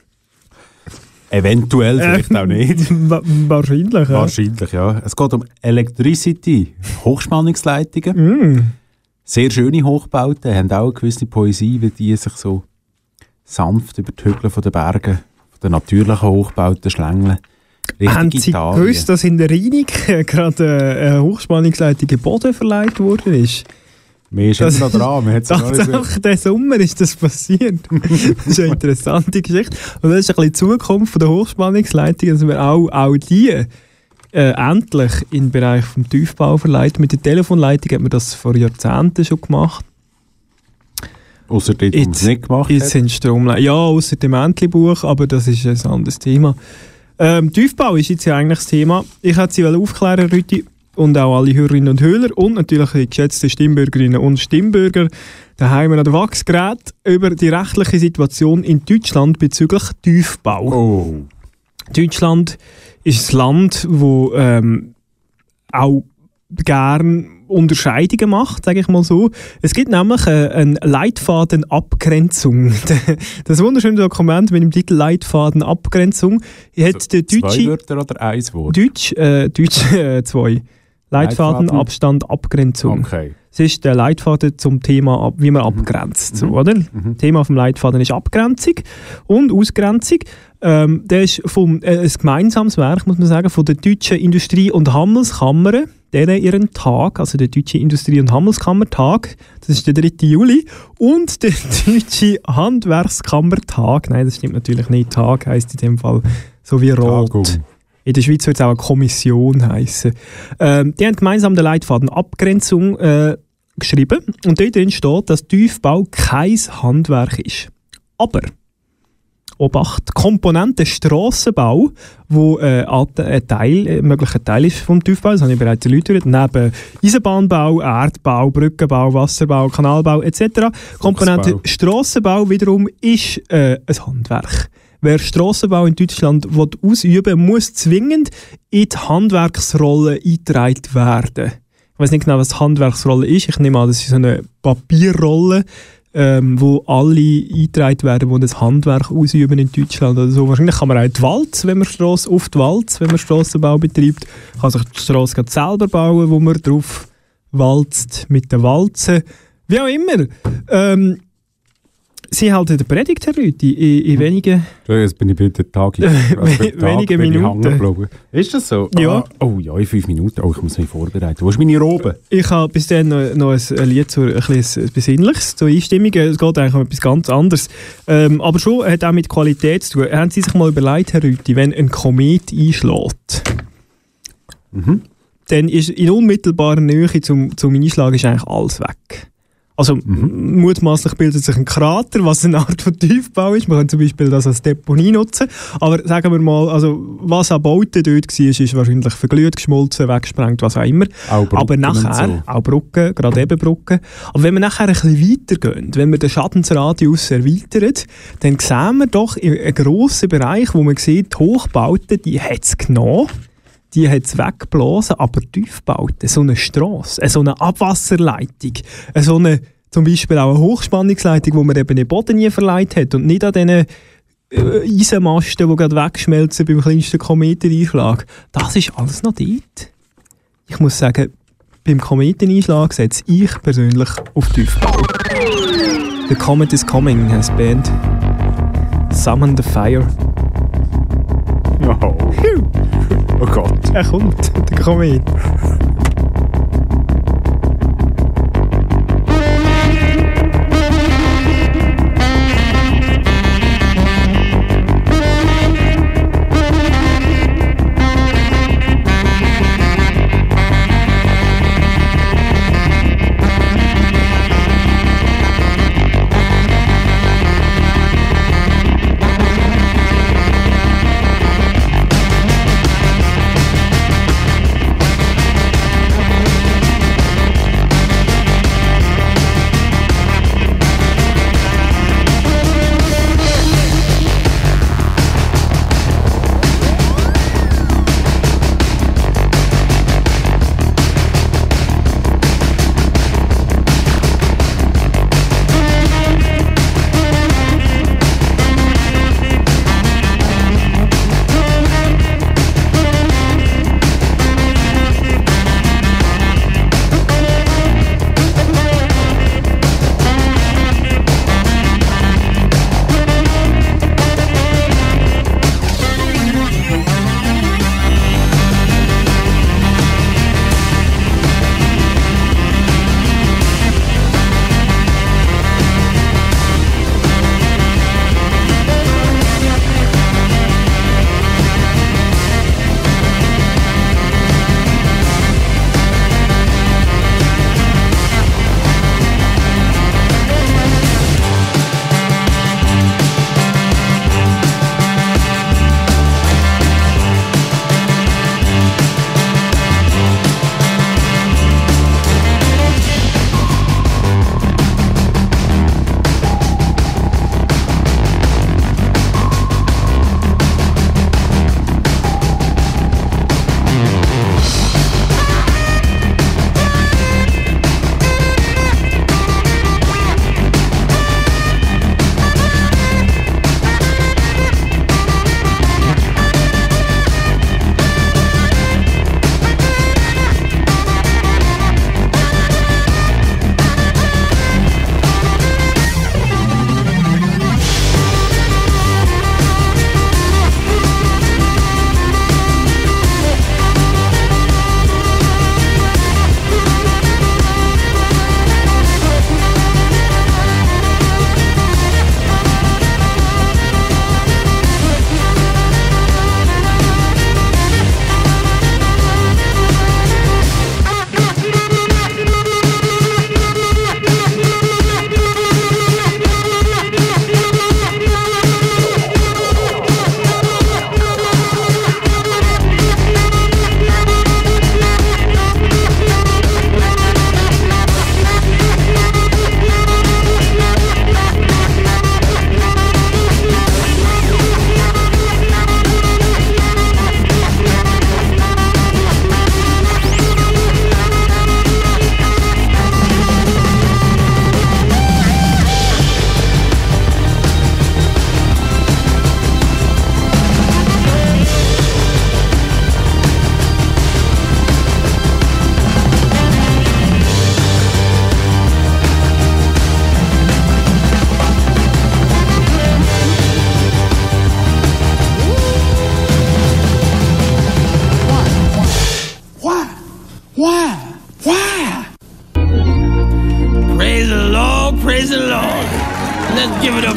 Eventuell, vielleicht auch nicht. Wahrscheinlich, ja. Wahrscheinlich, ja. Es geht um Electricity, Hochspannungsleitungen. Sehr schöne Hochbauten, haben auch eine gewisse Poesie, wie die sich so sanft über die Hügel von den Bergen, von den natürlichen Hochbauten schlängeln. Haben Sie gewusst, dass in der Reinig gerade eine Hochspannungsleitung im Boden verleiht worden ist? Wir sind noch dran. Tatsächlich, diesen Sommer ist das passiert. Das ist eine interessante Geschichte. Und das ist ein bisschen die Zukunft von der Hochspannungsleitung, dass wir auch die endlich im Bereich des Tiefbau verleihen. Mit der Telefonleitung hat man das vor Jahrzehnten schon gemacht. Ausser dort, wo man es nicht gemacht hat. Sind Stromleitungen. Ja, ausser dem Entlebuch, aber das ist ein anderes Thema. Tiefbau ist jetzt ja eigentlich das Thema. Ich hätte Sie aufklären, Rüti, und auch alle Hörerinnen und Hörer und natürlich die geschätzten Stimmbürgerinnen und Stimmbürger daheim an der Wachsgerät über die rechtliche Situation in Deutschland bezüglich Tiefbau. Oh. Deutschland ist ein Land, das auch gern Unterscheidungen macht, sage ich mal so. Es gibt nämlich eine Leitfadenabgrenzung. Das wunderschöne Dokument mit dem Titel Leitfadenabgrenzung hat der Deutsche... 2 Wörter oder 1 Wort? Deutsch 2. Leitfadenabstand, Abgrenzung. Okay. Es ist der Leitfaden zum Thema, wie man abgrenzt. So, oder? Thema vom Leitfaden ist Abgrenzung und Ausgrenzung. Der ist ein gemeinsames Werk, muss man sagen, von der Deutschen Industrie- und Handelskammer, deren ihren Tag, also der Deutsche Industrie- und Handelskammertag, das ist der 3. Juli, und der Deutsche Handwerkskammertag, nein, das stimmt natürlich nicht, Tag heisst in dem Fall so wie Rot. Tagum. In der Schweiz wird es auch eine Kommission heissen. Die haben gemeinsam den Leitfaden Abgrenzung geschrieben und dort drin steht, dass Tiefbau kein Handwerk ist. Aber Obacht, Komponente Strassenbau, wo ein möglicher Teil ist vom Tiefbau, das habe ich bereits erläutert, neben Eisenbahnbau, Erdbau, Brückenbau, Wasserbau, Kanalbau etc. Komponente Strassenbau wiederum ist ein Handwerk. Wer Strassenbau in Deutschland ausüben will, muss zwingend in die Handwerksrolle eingetragen werden. Ich weiß nicht genau, was die Handwerksrolle ist. Ich nehme an, das ist so eine Papierrolle, wo alle eingetragen werden, die das Handwerk ausüben in Deutschland. Also wahrscheinlich kann man auch die Walz, wenn man Strassenbau betreibt, kann sich die Strasse selber bauen, wo man drauf walzt mit den Walzen. Wie auch immer. Sie halten die Predigt, Herr Rüthi, in wenigen... Jetzt bin ich bei der Tag. Wenige Minuten. Ist das so? Ja. Oh ja, in 5 Minuten. Oh, ich muss mich vorbereiten. Wo ist meine Robe? Ich habe bis dann noch ein Lied, ein Besinnliches, zur Einstimmung. Es geht eigentlich um etwas ganz anderes. Aber schon hat auch mit Qualität zu tun. Haben Sie sich mal überlegt, Herr Rüthi, wenn ein Komet einschlägt, dann ist in unmittelbarer Nähe zum Einschlag ist eigentlich alles weg. Also mutmaßlich bildet sich ein Krater, was eine Art von Tiefbau ist. Man kann zum Beispiel das als Deponie nutzen. Aber sagen wir mal, also, was an Bauten dort war, ist wahrscheinlich verglüht, geschmolzen, weggesprengt, was auch immer. Auch Brücken. Aber nachher, auch Brücken, gerade eben Brücken. Aber wenn wir nachher ein bisschen weitergehen, wenn wir den Schadensradius erweitern, dann sehen wir doch einen grossen Bereich, wo man sieht, die Hochbauten, die hat es genommen. Die hat es weggeblasen, aber Tiefbauten, so eine Strasse, so eine Abwasserleitung, so eine, zum Beispiel auch eine Hochspannungsleitung, die man eben in den Boden nie verleiht hat und nicht an diesen Eisenmasten, die gerade wegschmelzen beim kleinsten Kometeneinschlag. Das ist alles noch dort. Ich muss sagen, beim Kometeneinschlag setze ich persönlich auf Tiefbau. The Comet is Coming heisst die Band. Summon the Fire. Oh. Oh Gott. Er kommt, der Komet.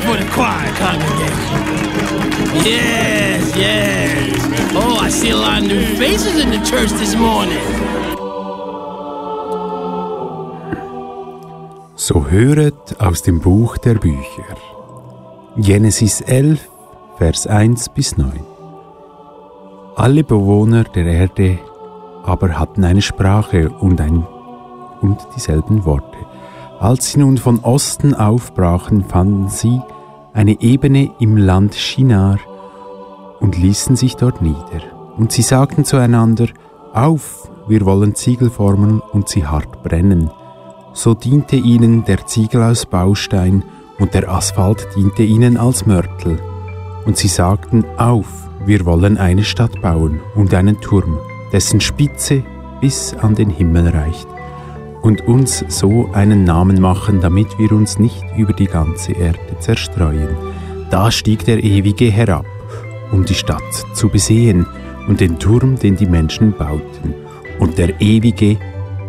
for the choir congregation. Yes, yes. Oh, I see a lot of new faces in the church this morning. So höret aus dem Buch der Bücher. Genesis 11, Vers 1 bis 9. Alle Bewohner der Erde aber hatten eine Sprache und dieselben Worte. Als sie nun von Osten aufbrachen, fanden sie eine Ebene im Land Shinar und ließen sich dort nieder. Und sie sagten zueinander, auf, wir wollen Ziegel formen und sie hart brennen. So diente ihnen der Ziegel aus Baustein und der Asphalt diente ihnen als Mörtel. Und sie sagten, auf, wir wollen eine Stadt bauen und einen Turm, dessen Spitze bis an den Himmel reicht. Und uns so einen Namen machen, damit wir uns nicht über die ganze Erde zerstreuen. Da stieg der Ewige herab, um die Stadt zu besehen und den Turm, den die Menschen bauten. Und der Ewige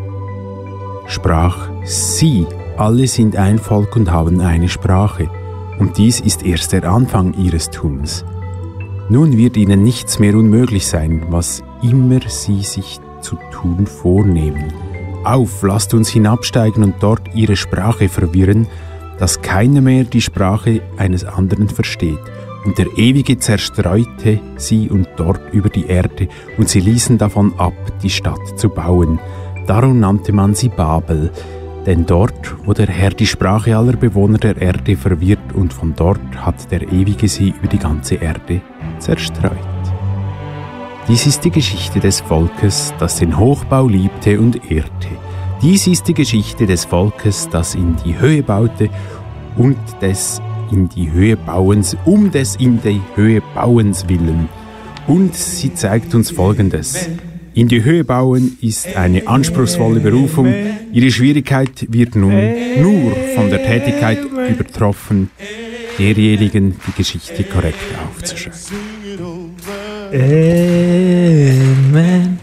sprach, sie alle sind ein Volk und haben eine Sprache, und dies ist erst der Anfang ihres Tuns. Nun wird ihnen nichts mehr unmöglich sein, was immer sie sich zu tun vornehmen. Auf, lasst uns hinabsteigen und dort ihre Sprache verwirren, dass keiner mehr die Sprache eines anderen versteht. Und der Ewige zerstreute sie und dort über die Erde, und sie ließen davon ab, die Stadt zu bauen. Darum nannte man sie Babel, denn dort, wo der Herr die Sprache aller Bewohner der Erde verwirrt, und von dort hat der Ewige sie über die ganze Erde zerstreut. Dies ist die Geschichte des Volkes, das den Hochbau liebte und ehrte. Dies ist die Geschichte des Volkes, das in die Höhe baute und des in die Höhe Bauens, des in die Höhe Bauens willen. Und sie zeigt uns Folgendes. In die Höhe bauen ist eine anspruchsvolle Berufung. Ihre Schwierigkeit wird nun nur von der Tätigkeit übertroffen, derjenigen die Geschichte korrekt aufzuschreiben. Amen.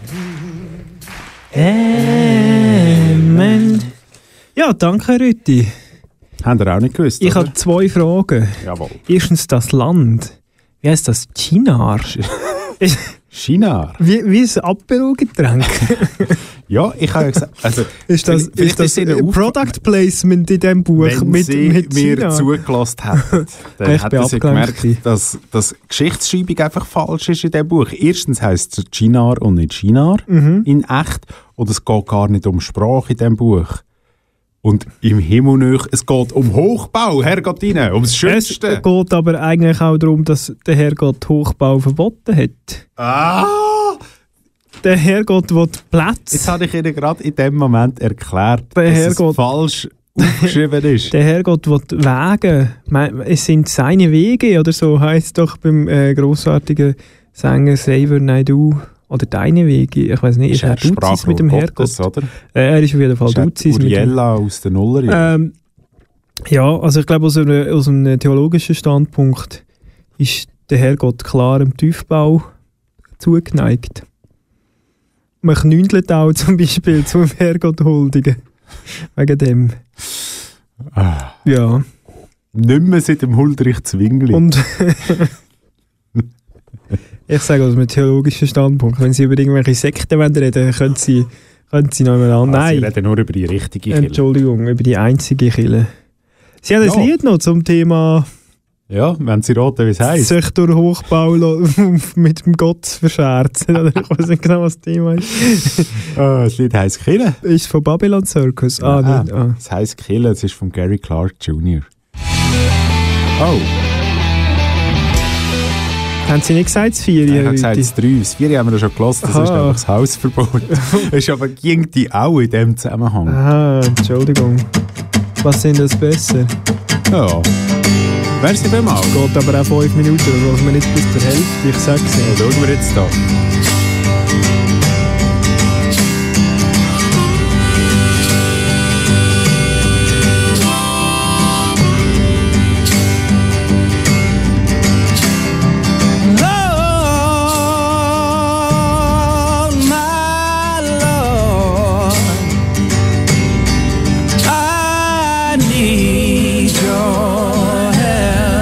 Amen. Ja, danke, Rütti. Habt ihr auch nicht gewusst, Ich habe 2 Fragen. Jawohl. Erstens das Land. Wie heisst das? Chinar? Chinar? Wie ein Apero-Getränk. Ja, ich habe ja gesagt, also ist das Product Placement in diesem Buch wenn mit mir China? zugelassen hätten, dann hätten sie gemerkt, dass die Geschichtsschreibung einfach falsch ist in diesem Buch. Erstens heisst es Chinar und nicht Chinar in echt, und es geht gar nicht um Sprache in diesem Buch. Und im Himmel es geht um Hochbau, Herrgott rein, ums Schönste. Es geht aber eigentlich auch darum, dass der Herrgott Hochbau verboten hat. Der Herrgott will Plätze. Jetzt habe ich Ihnen gerade in dem Moment erklärt, der dass Herrgott, es falsch aufgeschrieben ist. Der Herrgott will Wege. Es sind seine Wege, oder so heisst es doch beim grossartigen Sänger Xavier Naidoo. Oder deine Wege. Ich weiß nicht, ist er Duzis mit dem Herrgott? Oder? Er ist auf jeden Fall Duzis mit dem Uriella aus den Nullerjahren. Ja, also ich glaube, aus einem theologischen Standpunkt ist der Herrgott klar im Tiefbau zugeneigt. Man knündelt auch zum Beispiel zum Herrgott huldigen. Wegen dem. Ja. Nicht mehr seit dem Huldrich Zwingli. Und ich sage aus einem theologischen Standpunkt, wenn Sie über irgendwelche Sekten reden, können Sie noch mal an. Nein. Sie reden nur über die richtige Kirche. Entschuldigung, über die einzige Kirche. Sie haben ein Lied noch zum Thema... Ja, wenn Sie raten, wie es heisst. Sich durch Hochbau mit dem Gott zu verscherzen. Oder ich weiß nicht genau, was das Thema ist. Das Lied heisst Kille. Ist von Babylon Circus. Es heisst Kille, es ist von Gary Clark Jr. Oh. Haben Sie nicht gesagt, das 4? Ich habe gesagt, das 3. Das 4 haben wir schon gehört, das ist einfach das Hausverbot. Das ist aber ging die auch in diesem Zusammenhang. Aha, Entschuldigung. Was sind das besser? Ja. Merci vielmals. Geht aber auch 5 Minuten, also wir nicht bis zur Hälfte. Ich sag's Ihnen. Ja, schauen wir jetzt da. I need your help.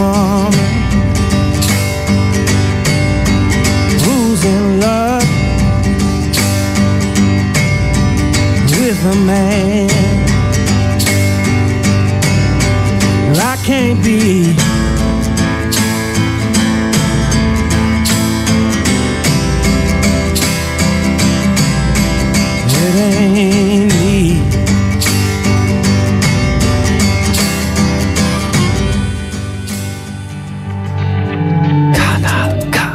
woman who's in love with a man. I can't be. It ain't me. Kanal K.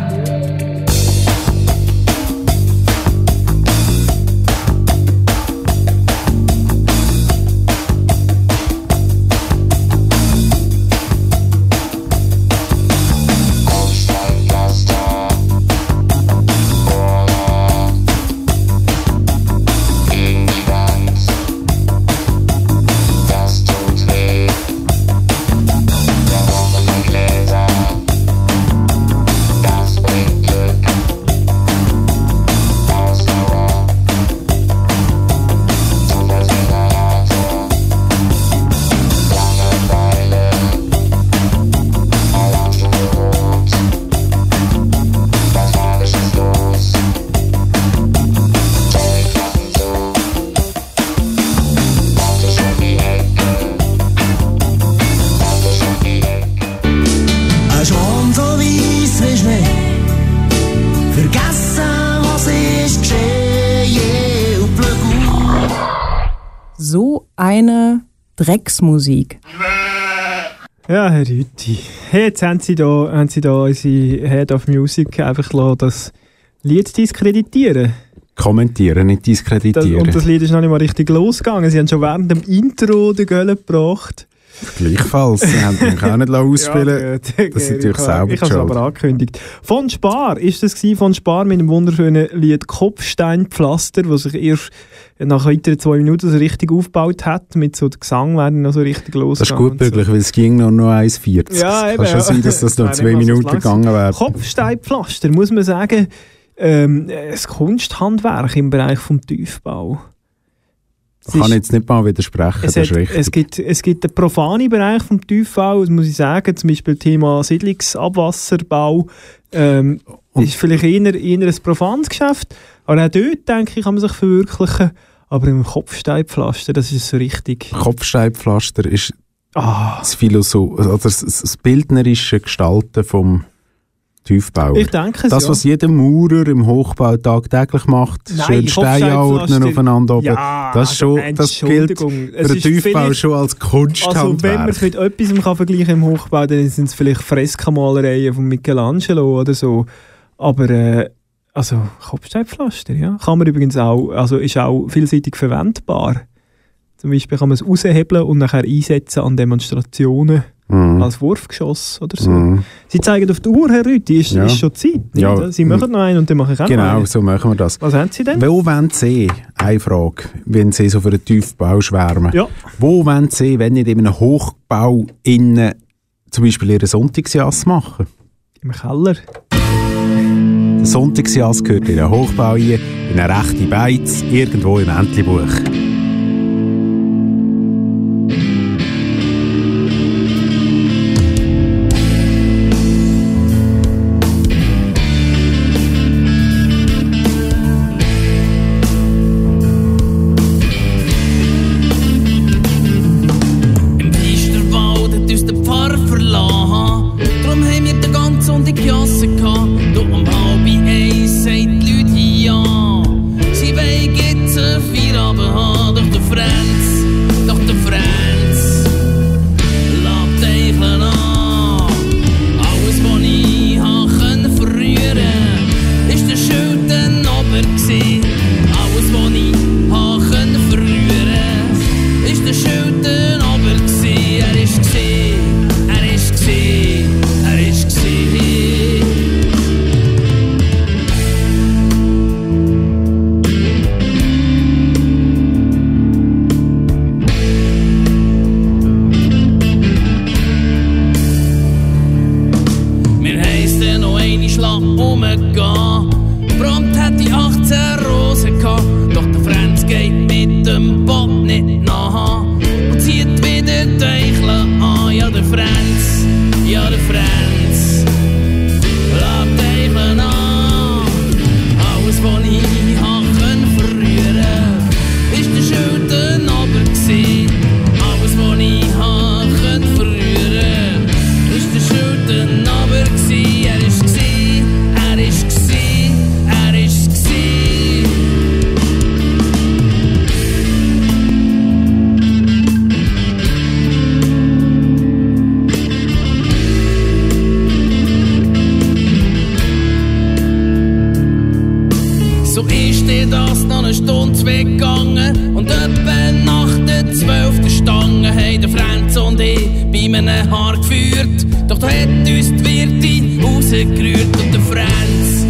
So eine Drecksmusik. Ja, Herr Rüthi. Hey, jetzt haben Sie da unsere Head of Music einfach lassen, das Lied diskreditieren. Kommentieren, nicht diskreditieren. Und das Lied ist noch nicht mal richtig losgegangen. Sie haben schon während dem Intro den Göller gebracht. Gleichfalls, sie haben mich auch nicht ausspielen lassen. Das ist natürlich selber ich habe es aber angekündigt. Von Spar ist das gewesen, von Spar mit einem wunderschönen Lied Kopfsteinpflaster, das sich erst nach weiteren 2 Minuten so richtig aufgebaut hat, mit so dem Gesang werden noch so richtig losgegangen. Das ist gut möglich, so. Weil es ging noch 1,40. Ja, eben. Kann schon sein, dass das noch 2 Minuten gegangen wäre. Kopfsteinpflaster, muss man sagen, das Kunsthandwerk im Bereich des Tiefbau. Ich kann jetzt nicht mal widersprechen, das ist richtig. Es gibt den profanen Bereich des Tiefbau, das muss ich sagen, zum Beispiel Thema Siedlungsabwasserbau, ist vielleicht eher ein profanes Geschäft, aber auch dort, denke ich, kann man sich verwirklichen, aber im Kopfsteinpflaster, das ist so richtig. Kopfsteinpflaster ist das bildnerische Gestalten vom Tiefbauer. Ich denke es, das, was jeder Maurer im Hochbau tagtäglich macht, schön Steinordnen aufeinander oben, ja, das gilt für den Tiefbau schon als Kunsthandwerk. Also wenn man es mit etwas vergleichen kann im Hochbau, dann sind es vielleicht Freskomalereien von Michelangelo oder so. Aber also Kopfsteinpflaster, ja. Kann man übrigens auch, also ist auch vielseitig verwendbar. Zum Beispiel kann man es raushebeln und nachher einsetzen an Demonstrationen. Als Wurfgeschoss oder so. Sie zeigen auf die Uhr, Herr Rüthi, ist schon Zeit. Ja. Sie machen noch einen und dann mache ich auch noch einen. Genau, so machen wir das. Was haben Sie denn? Wo wollen Sie, eine Frage, wenn Sie so für einen Tiefbau schwärmen, wo wollen Sie, wenn nicht in einem Hochbau innen zum Beispiel Ihren Sonntagsjass machen? Im Keller. Der Sonntagsjass gehört in einen Hochbau rein, in eine rechte Beiz, irgendwo im Entlebuch. hat gerührt und der Franz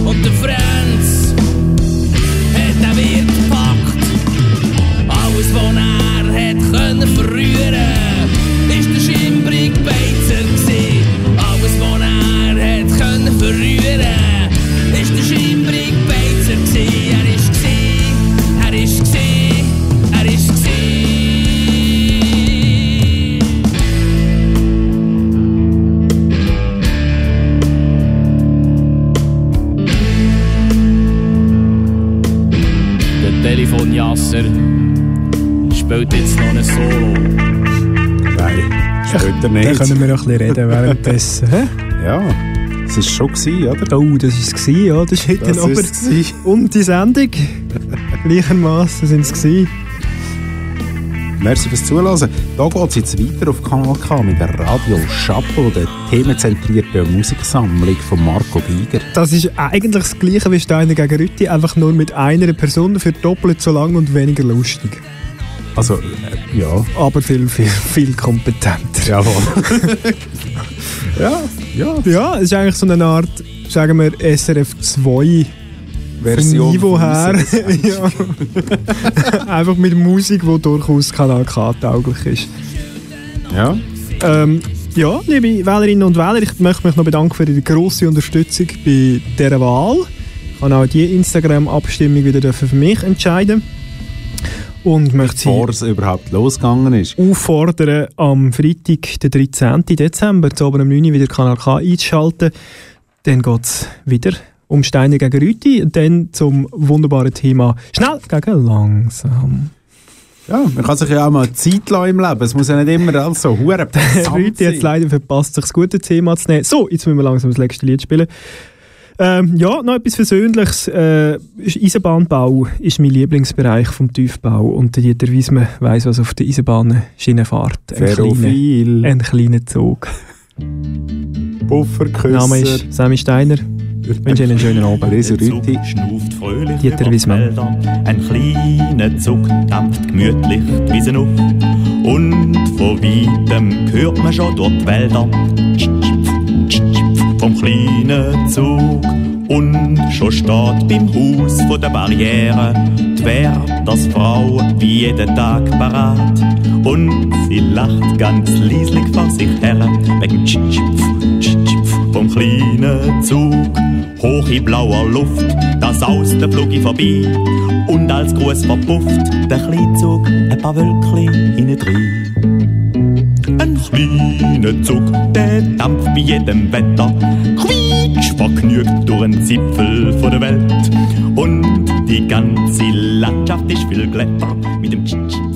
hat den Wirt gepackt. Alles, was er hat können verrühren, ist der Schimbrig-Beizer gsi. Alles, was er hat können verrühren, ist der Schimbrig-Beizer gsi. Er ist gsi. Der Telefonjasser spielt jetzt noch ein Solo. Nein, spielt er nicht. Da können wir noch ein bisschen reden währenddessen. Ja, das war schon gewesen, oder? Oh, das war es gewesen, ja. Das ist heute aber um die Sendung. Gleichermaßen sind es gewesen. Merci fürs Zuhören. Da geht es jetzt weiter auf Kanal K mit der Radio Chapeau, der themenzentrierten Musiksammlung von Marco Giger. Das ist eigentlich das Gleiche wie Steiner gegen Rütti, einfach nur mit einer Person für doppelt so lang und weniger lustig. Also, ja. Aber viel kompetenter. Jawohl. Ja, es ist eigentlich so eine Art, sagen wir, SRF 2 Version Niveau her. Ja. Einfach mit Musik, die durchaus Kanal K tauglich ist. Ja. Ja, liebe Wählerinnen und Wähler, ich möchte mich noch bedanken für die grosse Unterstützung bei dieser Wahl. Ich kann auch die Instagram-Abstimmung wieder für mich entscheiden. Und möchte Sie, bevor es überhaupt losgegangen ist, auffordern, am Freitag, den 13. Dezember, zu oben um 9 Uhr wieder Kanal K einzuschalten. Dann geht es wieder um Steiner gegen Rüti und dann zum wunderbaren Thema Schnell gegen Langsam. Ja, man kann sich ja auch mal Zeit lassen im Leben. Es muss ja nicht immer alles so verdammt sein. Rüti hat es leider verpasst, sich das gute Thema zu nehmen. So, jetzt müssen wir langsam das letzte Lied spielen. Ja, noch etwas Versöhnliches. Eisenbahnbau ist mein Lieblingsbereich vom Tiefbau. Und der Dieter Wiesmann weiss, was auf der Eisenbahnschiene fährt. Ein kleiner Zug. Pufferküsser. Name ist Sammy Steiner. Ich wünsche Ihnen einen schönen Abend. Der Zug schnauft fröhlich Dieter Wiesmann. Ein kleiner Zug dampft gemütlich die Wiese auf. Und von weitem hört man schon durch die Wälder vom kleinen Zug. Und schon steht beim Haus von der Barriere die Wärtersfrau wie jeden Tag parat. Und sie lacht ganz leislich vor sich her, wegen vom kleinen Zug. Hoch in blauer Luft, da saust der Flug vorbei. Und als Gruß verpufft der Kleinzug ein paar Wölkchen hineindrein. Ein kleiner Zug, der dampft bei jedem Wetter, quietsch vergnügt durch einen Zipfel von der Welt. Und die ganze Landschaft ist viel glatter mit dem